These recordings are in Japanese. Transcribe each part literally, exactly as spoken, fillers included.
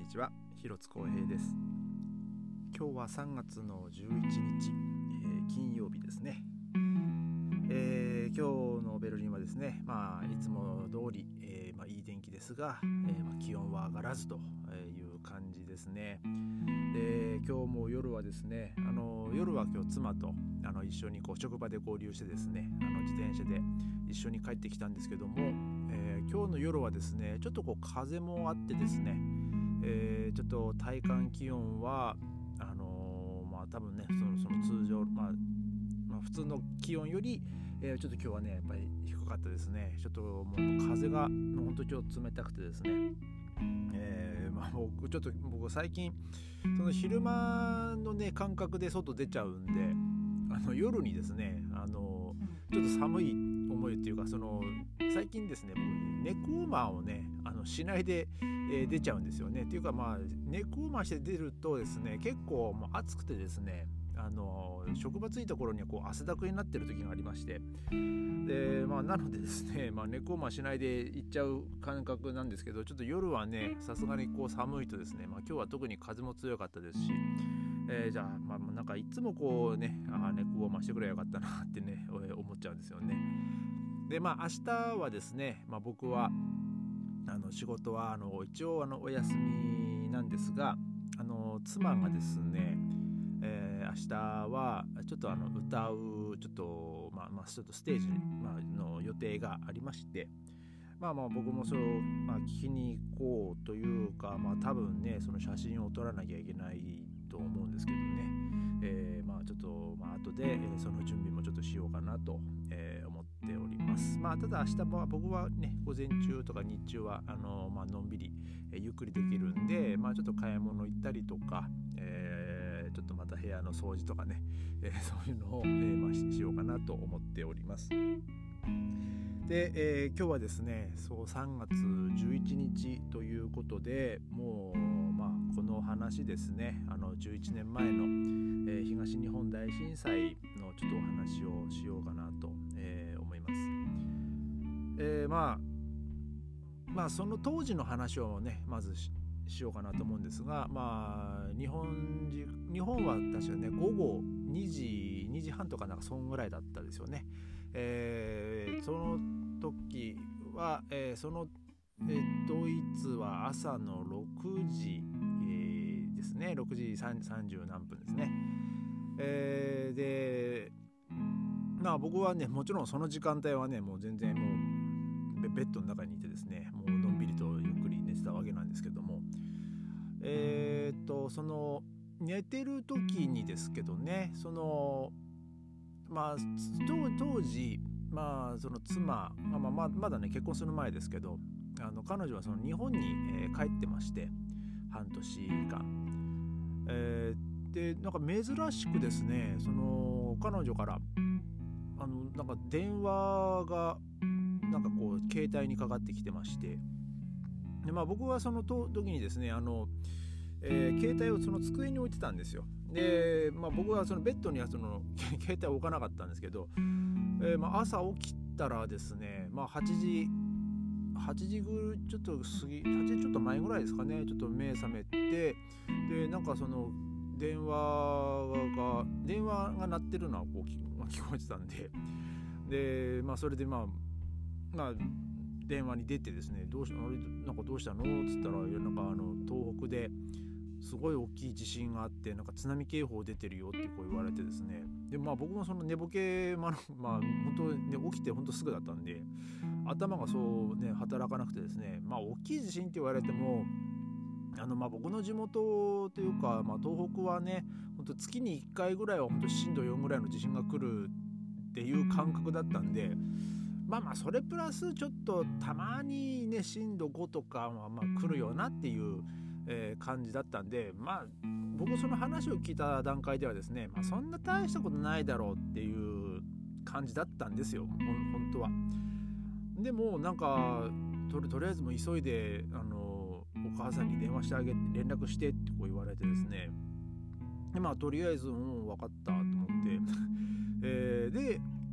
にちは、広津光平です。今日はさんがつのじゅういちにち、えー、金曜日ですね。えー、今日のベルリンはですね、まあ、いつも通り、えーまあ、いい天気ですが、えーまあ、気温は上がらずという感じですね。で、今日も夜はですね、あの夜は今日妻とあの一緒にこう職場で合流してですね、あの自転車で一緒に帰ってきたんですけども、えー、今日の夜はですね、ちょっとこう風もあってですね、えー、ちょっと体感気温はあのー、まあ多分ねその、その通常、まあ、まあ普通の気温より、えー、ちょっと今日はねやっぱり低かったですね。ちょっともう風が本当に今日冷たくてですね、えー、まあ僕ちょっと僕最近その昼間のね感覚で外出ちゃうんで、あの夜にですねあのちょっと寒い思いっていうか、その最近ですね僕ネコーマをねあのしないで、えー、出ちゃうんですよね。っていうかまあネコーマして出るとですね結構もう暑くてですね、あの職場着いた頃にはこう汗だくになってる時がありまして、でまあなのでですね、まあ、ネコーマしないで行っちゃう感覚なんですけど、ちょっと夜はねさすがにこう寒いとですね、まあ、今日は特に風も強かったですし、えー、じゃあまあなんかいつもこうねあネコーマしてくればよかったなってね思っちゃうんですよね。でまあ明日はですね、まあ、僕はあの仕事はあの一応あのお休みなんですが、あの妻がですね、えー、明日はちょっとあの歌うちょっとまあまあちょっとステージ、まあ、の予定がありまして、まあまあ僕もそれを、まあ、聞きに行こうというか、まあ多分ねその写真を撮らなきゃいけないと思うんですけどね、えー、まあちょっとまあ後で、えー、その準備もちょっとしようかなと、えー、思っております。まあただ明日は僕はね午前中とか日中はあのまあのんびり、えー、ゆっくりできるんで、まあちょっと買い物行ったりとか、えー、ちょっとまた部屋の掃除とかね、えー、そういうのを、えーまあ、しようかなと思っております。で、えー、今日はですねそうさんがつじゅういちにちということで、もうまあこの話ですね、あのじゅういちねんまえの、えー、東日本大震災のちょっとお話をしようかなと、えー、思います。えー、まあまあその当時の話をねまず し, しようかなと思うんですが、まあ日本日本は確かね午後にじにじはんとかなんかそんぐらいだったですよね。えー、その時は、えー、その、えー、ドイツは朝のろくじ、えー、ですね。ろくじさんじゅう何分ですね。えー、でまあ僕はねもちろんその時間帯はねもう全然もうベッドの中にいてですね、もうのんびりとゆっくり寝てたわけなんですけども、えー、っとその寝てる時にですけどね、そのまあ当時まあその妻、まあ、まあまだね結婚する前ですけど、あの彼女はその日本に、えー、帰ってまして、半年間、えー、でなんか珍しくですね、その彼女からあのなんか電話がなんかこう携帯にかかってきてまして、でまあ僕はその時にですねあのえー、携帯をその机に置いてたんですよ。で、まあ、僕はそのベッドにはその携帯を置かなかったんですけど、えーまあ、朝起きたらですね、まあ、はちじはちじぐちょっと過ぎはちじちょっと前ぐらいですかね、ちょっと目覚めて、でなんかその電話が電話が鳴ってるのはこう聞こえてたんで、でまあそれでまあまあ電話に出てですね、どうしたのなんかどうしたのっつったら、なんかあの東北ですごい大きい地震があって、なんか津波警報出てるよってこう言われてですね、でまあ僕もその寝ぼけまのまあ本当に起きて本当すぐだったんで、頭がそうね働かなくてですね、まあ大きい地震って言われても、あのまあ僕の地元というか、まあ、東北はね本当月にいっかいぐらいは本当震度よんぐらいの地震が来るっていう感覚だったんで、まあまあそれプラスちょっとたまにね震度ごとかはまあ来るよなっていう、えー、感じだったんで、まあ僕その話を聞いた段階ではですね、まあ、そんな大したことないだろうっていう感じだったんですよ、本当は。でもなんか と, とりあえずもう急いであのお母さんに電話してあげて連絡してってこう言われてですね、でまあとりあえずうん分かったと思って、えー、で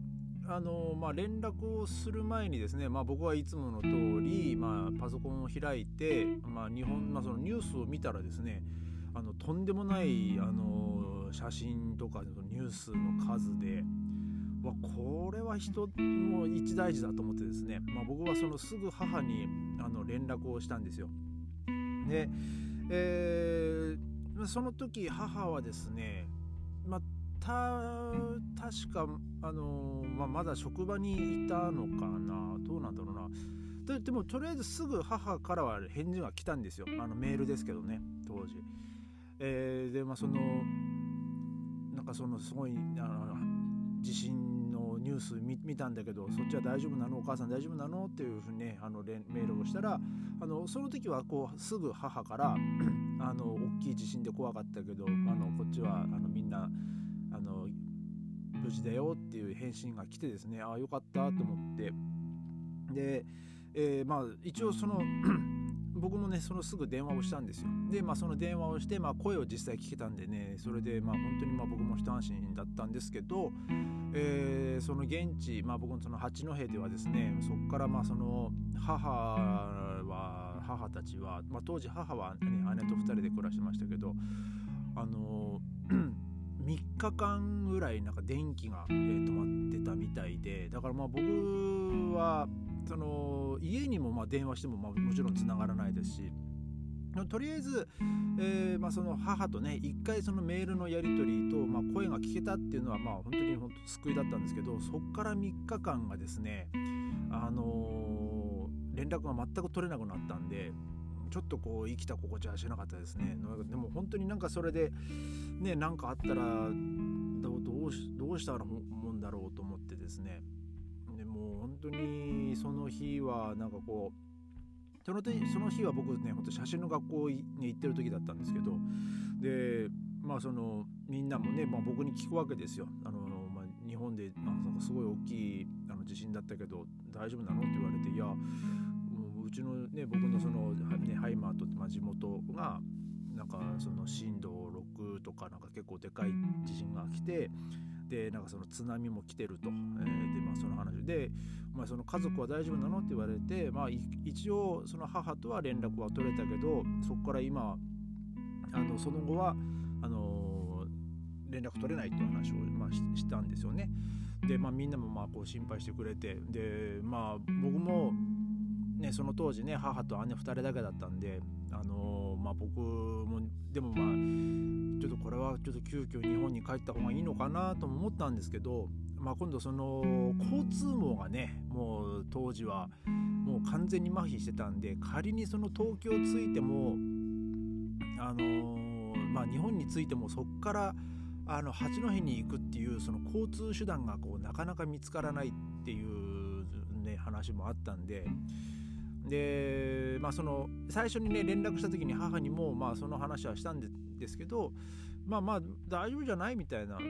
あのまあ、連絡をする前にですね、まあ、僕はいつもの通り、まあ、パソコンを開いて、まあ、日本、まあ、そのニュースを見たらですね、あのとんでもないあの写真とかニュースの数で、わこれは人も一大事だと思ってですね、まあ、僕はそのすぐ母にあの連絡をしたんですよ。で、えー、その時母はですね、まあた確か、あのーまあ、まだ職場にいたのかな、どうなんだろうな。で、でもとりあえずすぐ母からは返事が来たんですよ。あのメールですけどね、当時。えー、でまあそのなんかそのすごいあの地震のニュース 見, 見たんだけど、そっちは大丈夫なの、お母さん大丈夫なのっていうふうにね、あのメールをしたら、あのその時はこうすぐ母からあの大きい地震で怖かったけど、あのこっちはあのみんなあの無事だよっていう返信が来てですね、ああよかったと思って、で、えー、まあ一応その僕もねそのすぐ電話をしたんですよ。で、まあ、その電話をして、まあ、声を実際聞けたんでね、それでまあ本当にまあ僕も一安心だったんですけど、えー、その現地、まあ、僕のその八戸ではですね、そこからまあその母は母たちは、まあ、当時母は、ね、姉とふたりで暮らしてましたけど、あのみっかかんぐらいなんか電気が、えー、止まってたみたいで、だからまあ僕はその家にもまあ電話してもまあもちろん繋がらないですし、とりあえず、えーまあ、その母とね一回そのメールのやり取りと、まあ、声が聞けたっていうのはまあ本当に本当救いだったんですけど、そっからみっかかんがですね、あのー、連絡が全く取れなくなったんで、ちょっとこう生きた心地はしなかったですね。でも本当になんかそれでね、なんかあったらどう、どうし、どうしたらもんだろうと思ってですね、でもう本当にその日はなんかこうその時その日は僕ね、本当写真の学校に行ってる時だったんですけど、でまあそのみんなもね、まあ、僕に聞くわけですよ。あの、まあ、日本でなんかすごい大きいあの地震だったけど大丈夫なのって言われて、いやもううちのね僕のその、ね、ハイマーと、まあ、地元がなんかその震度ろくとかなんか結構でかい地震が来て、でなんかその津波も来てると、えー、でまあその話で、まあ、その家族は大丈夫なのって言われて、まあ一応その母とは連絡は取れたけど、そこから今あのその後はあの連絡取れないっていう話を、まあ、し, したんですよね。でまあみんなもまあこう心配してくれて、でまあ僕もねその当時ね母と姉ふたりだけだったんで、あのまあ僕もでもまあちょっとこれはちょっと急遽日本に帰った方がいいのかなとも思ったんですけど、まあ今度その交通網がねもう当時はもう完全に麻痺してたんで、仮にその東京着いてもあのー、まあ日本に着いてもそこからあの八戸に行くっていうその交通手段がこうなかなか見つからないっていうね話もあったんで、でまあその最初にね連絡した時に母にもまあその話はしたんですけど、まあまあ大丈夫じゃないみたいな、うん、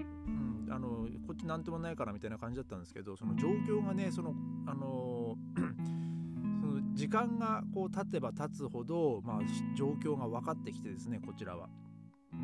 あのこっちなんともないからみたいな感じだったんですけど、その状況がねそのあのその時間がこう経てば経つほど、まあ、状況が分かってきてですね、こちらは。うん、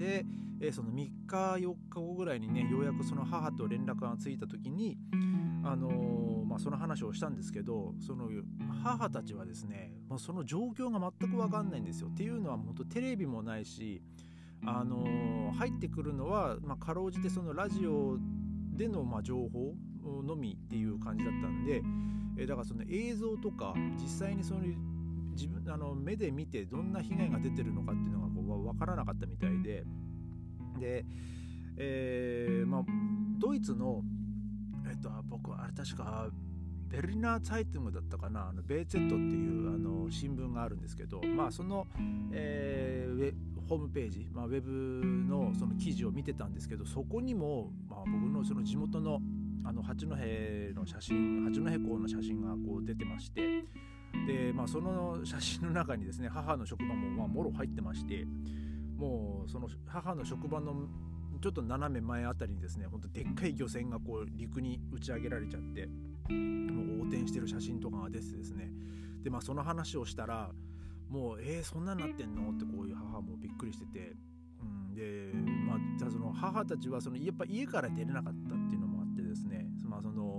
で、えー、そのみっかよっかごぐらいにねようやくその母と連絡がついた時に、あのーまあ、その話をしたんですけど、その母たちはですねもうその状況が全く分かんないんですよ。っていうのは本当テレビもないし、あのー、入ってくるのは、まあ、かろうじてそのラジオでのまあ情報のみっていう感じだったんで、えー、だからその映像とか実際にその自分あの目で見てどんな被害が出てるのかっていうのがこう分からなかったみたいで、で、えーまあ、ドイツの、えっと、僕あれ確かベルリナーツァイトゥングだったかな、あのベーツェットっていうあの新聞があるんですけど、まあその、えー、ウェホームページ、まあ、ウェブのその記事を見てたんですけど、そこにも、まあ、僕のその地元のあの八戸の写真、八戸港の写真がこう出てまして、で、まあ、その写真の中にですね母の職場もまあもろ入ってまして、もうその母の職場のちょっと斜め前あたりにですね、ほんとでっかい漁船がこう陸に打ち上げられちゃって、もう横転してる写真とかが出てですね、でまあその話をしたら、もうえー、そんなになってんのってこういう母もびっくりしてて、うん、でまあじゃあその母たちはそのやっぱ家から出れなかったっていうのもあってですね、まあその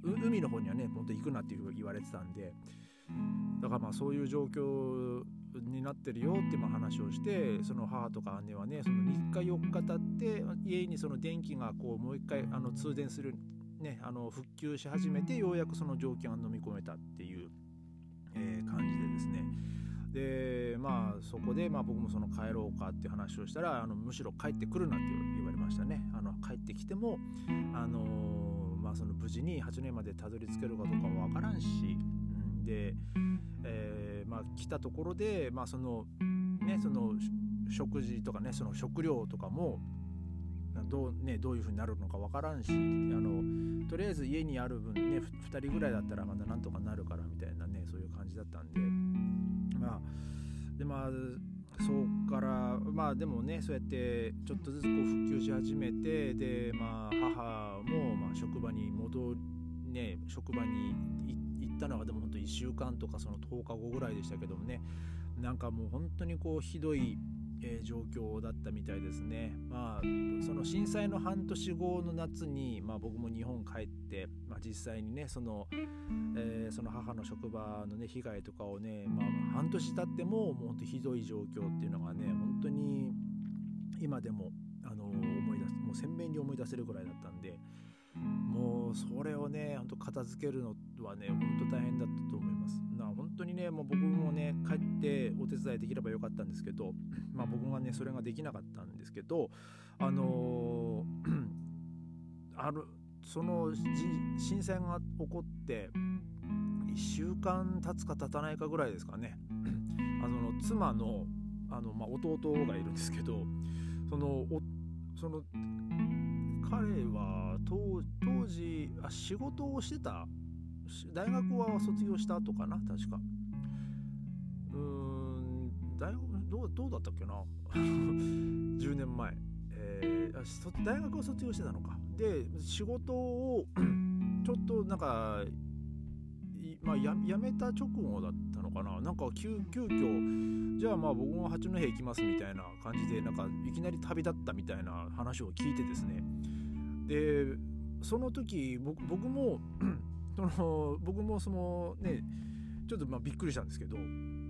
海の方にはね本当行くなっていうふうに言われてたんで、だからまあそういう状況になってるよってまあ話をして、その母とか姉はねそのみっかよっか経って家にその電気がこうもう一回あの通電するねあの復旧し始めて、ようやくその蒸気が飲み込めたっていう、えー、感じでですね。でまあそこでまあ僕もその帰ろうかっていう話をしたら、あのむしろ帰ってくるなって言われましたね。あの帰ってきてもあのー、まあその無事にはちねんまでたどり着けるかどうかもわからんし、うん、で、えー、まあ来たところでまあそのねその食事とかねその食料とかもどうねどういう風になるのかわからんし、あのとりあえず家にある分ねふたりぐらいだったらまだなんとかなるからみたいなねそういう感じだったんで。まあ、でまあそうからまあでもねそうやってちょっとずつこう復旧し始めて、でまあ母もまあ職場に戻るね職場に行ったのはでも本当いっしゅうかんとかそのとおかごぐらいでしたけどもね、なんかもう本当にこうひどい、えー、状況だったみたいですね。まあその震災の半年後の夏に、まあ、僕も日本帰って、まあ、実際にねその、えー、その母の職場のね被害とかをね、まあ、半年経ってももう本当ひどい状況っていうのがね本当に今でもあの思い出すもう鮮明に思い出せるぐらいだったんで、もうそれをね本当片付けるのはね本当大変だったと思います。な本当にねもう僕もね帰ってお手伝いできればよかったんですけど、まあ僕がねそれができなかったんですけど、あのー、あるその震災が起こっていっしゅうかん経つか経たないかぐらいですかね。あの妻のあの、まあ、弟がいるんですけど、そのおその彼は 当, 当時あ仕事をしてた、大学は卒業した後かな確か。うーん大学どう、どうだったっけなじゅうねんまえ、えー、大学を卒業してたのか。で仕事をちょっとなんか、まあ、や, やめた直後だったのかな、なんか急急遽じゃあまあ僕も八戸行きますみたいな感じで、なんかいきなり旅立ったみたいな話を聞いてですね。でその時 僕, 僕もその僕もそのねちょっとまあびっくりしたんですけど、あ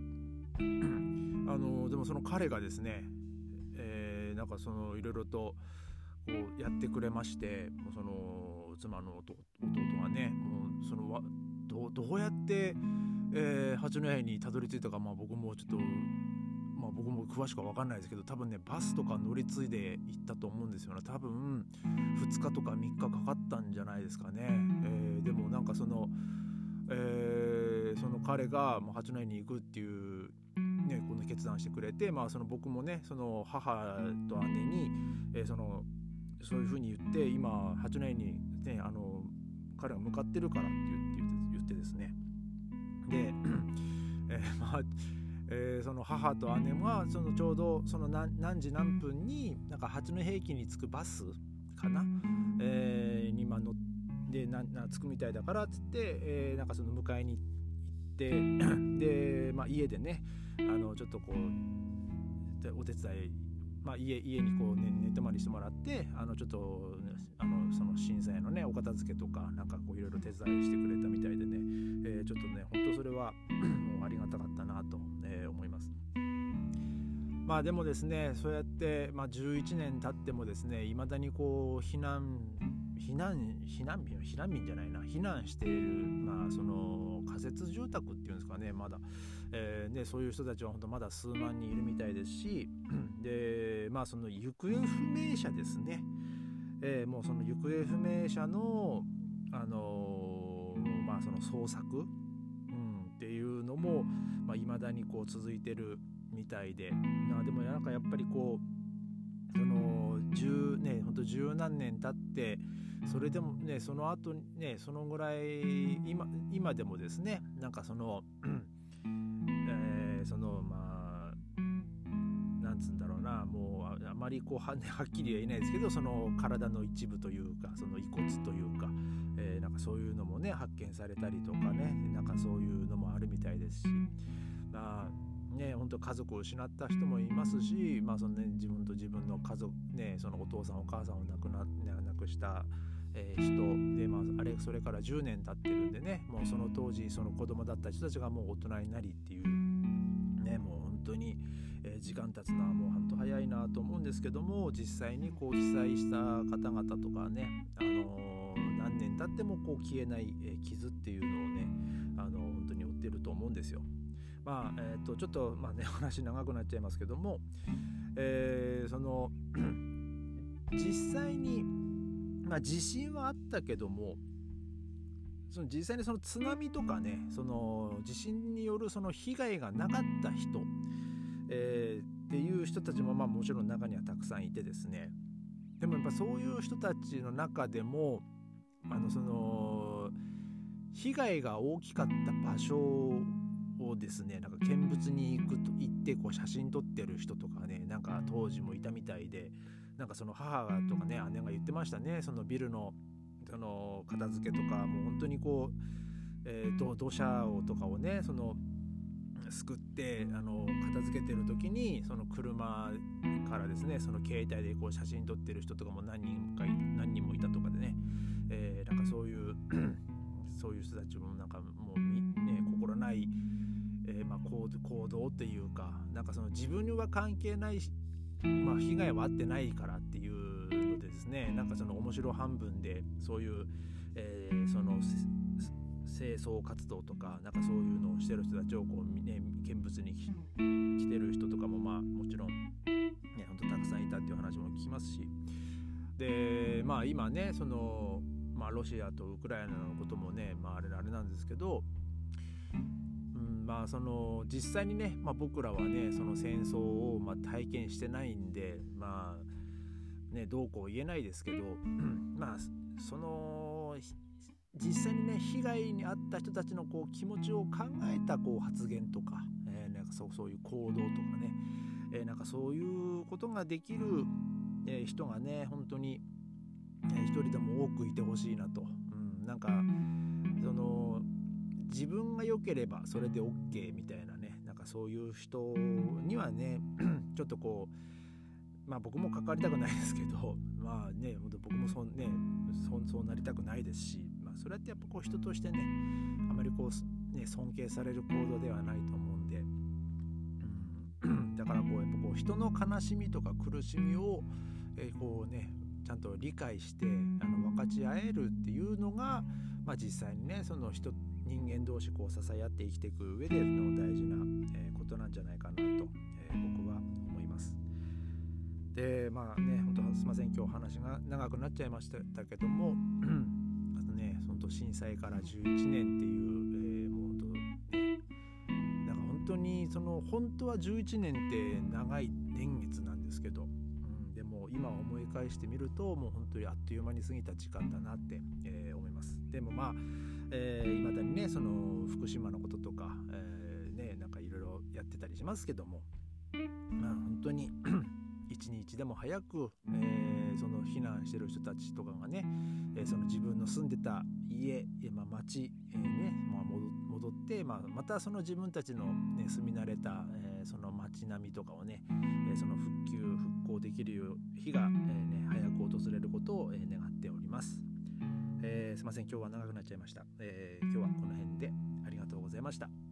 のでもその彼がですね、えー、なんかそのいろいろとこうやってくれまして、その妻の 弟, 弟がねもうそのど う, どうやって、えー、八戸にたどり着いたか、まあ僕もちょっとまあ僕も詳しくは分かんないですけど、多分ねバスとか乗り継いで行ったと思うんですよね。多分ふつかとかみっかかかったんじゃないですかね。えー、でもなんかその、えー、その彼がもう八戸に行くっていうねこの決断してくれて、まあその僕もねその母と姉に、えー、そのそういう風に言って、今八戸にねあの彼が向かってるからって言って、言ってですね。で、えー、まあえー、その母と姉はそのちょうどその 何, 何時何分になんか八戸駅に着くバスかな、えー、にまあ乗ってなな着くみたいだからっつって、えー、なんかその迎えに行ってで、まあ、家でねあのちょっとこうお手伝い、まあ、家, 家にこう、ね、寝泊まりしてもらって、あのちょっとあのその震災のねお片付けとかなんかこういろいろ手伝いしてくれたみたいでね、えー、ちょっとね本当それはもうありがたかったなと、えー、思います。まあでもですねそうやって、まあ、じゅういちねん経ってもですねいまだにこう避難避難避難民避難民じゃないな避難している、まあ、その仮設住宅っていうんですかね、まだ、えー、でそういう人たちは本当まだ数万人いるみたいですし、でまあその行方不明者ですね、えー、もうその行方不明者のあのー、まあその捜索、うん、っていうのもまあ、未だにこう続いてるみたいで、まあ、でもなんかやっぱりこうその十ねほんと十何年経ってそれでもねその後ねそのぐらい 今, 今でもですねなんかその、えー、そのまあなんつうんだろうな、もう あ, あまりこう は, はっきりは言えないですけど、その体の一部というかその遺骨というか、えー、なんかそういうのもね発見されたりとかね、なんかそういうのもあるみたいですし、まあね本当家族を失った人もいますし、まあそのね自分と自分の家族ねそのお父さんお母さんを亡くな亡くした、えー、人で、まあ、あれそれからじゅうねん経ってるんでね、もうその当時その子供だった人たちがもう大人になりっていうね、もう本当に、えー、時間経つのはもう本当早いなと思うんですけども、実際にこう被災した方々とかね、あのー、何年経ってもこう消えない、えー、傷っていうのをね、あのー、本当に負ってると思うんですよ。まあえー、とちょっとまあね話長くなっちゃいますけども、えー、その実際に、まあ、地震はあったけども、その実際にその津波とかね、その地震によるその被害がなかった人、えー、っていう人たちもまあもちろん中にはたくさんいてですね、でもやっぱそういう人たちの中でもあのその被害が大きかった場所をですね、なんか見物に行くと行ってこう写真撮ってる人とかね、なんか当時もいたみたいで、なんかその母とかね姉が言ってましたね。そのビルのその片付けとかもう本当にこう、えー、と土砂をとかをねそのすくってあの片付けてる時にその車からですねその携帯でこう写真撮ってる人とかも何人か何人もいたとかでね、えー、なんかそういうそういう人たちもなんかもうね心ない、えーまあ、行, 行動っていうか、なんかその自分には関係ない、まあ、被害はあってないからっていうのでですね、なんかその面白半分でそういう、えー、その清掃活動とかなんかそういうのをしてる人たちをこう、ね、見物に来てる人とかもまあもちろんね本当たくさんいたっていう話も聞きますし、でまあ今ねそのまあロシアとウクライナのこともねまああれあれなんですけど、うん、まあその実際にね、まあ、僕らはねその戦争をまあ体験してないんでまあねどうこう言えないですけど、まあその実際にね被害に遭った人たちのこう気持ちを考えたこう発言とか、えー、なんかそう、そういう行動とかね、えー、なんかそういうことができる、えー、人がね本当に、えー、一人でも多くいてほしいなと、うん、なんかその自分が良ければそれで OK みたいなね、なんかそういう人にはねちょっとこうまあ僕も関わりたくないですけど、まあね僕もそ、ね、そ, そうなりたくないですし、まあ、それってやっぱこう人としてねあまりこう、ね、尊敬される行動ではないと思うんで、うん、だからこうやっぱこう人の悲しみとか苦しみを、えー、こうねちゃんと理解してあの分かち合えるっていうのが、まあ、実際にねその人人間同士こう支え合って生きていく上での大事な、えー、ことなんじゃないかなと、えー、僕は思います。でまあね本当すいません今日話が長くなっちゃいましたけどもあとね本当震災からじゅういちねんっていう、えー、もう本当ねなんか本当にその本当はじゅういちねんって長い年月なんですけど、うん、でも今思い返してみるともう本当にあっという間に過ぎた時間だなって、えー、思います。でもまあえー、未だにねその福島のこととか、えー、ねなんかいろいろやってたりしますけども、まあ本当に一日でも早く、えー、その避難してる人たちとかがね、えー、その自分の住んでた家、まあ、町、えーねまあ、戻って、まあ、またその自分たちの、ね、住み慣れた、えー、その町並みとかをね、えー、その復旧復興できる日が、えーね、早く訪れることを、えー、願っております。えー、すいません今日は長くなっちゃいました、えー、今日はこの辺でありがとうございました。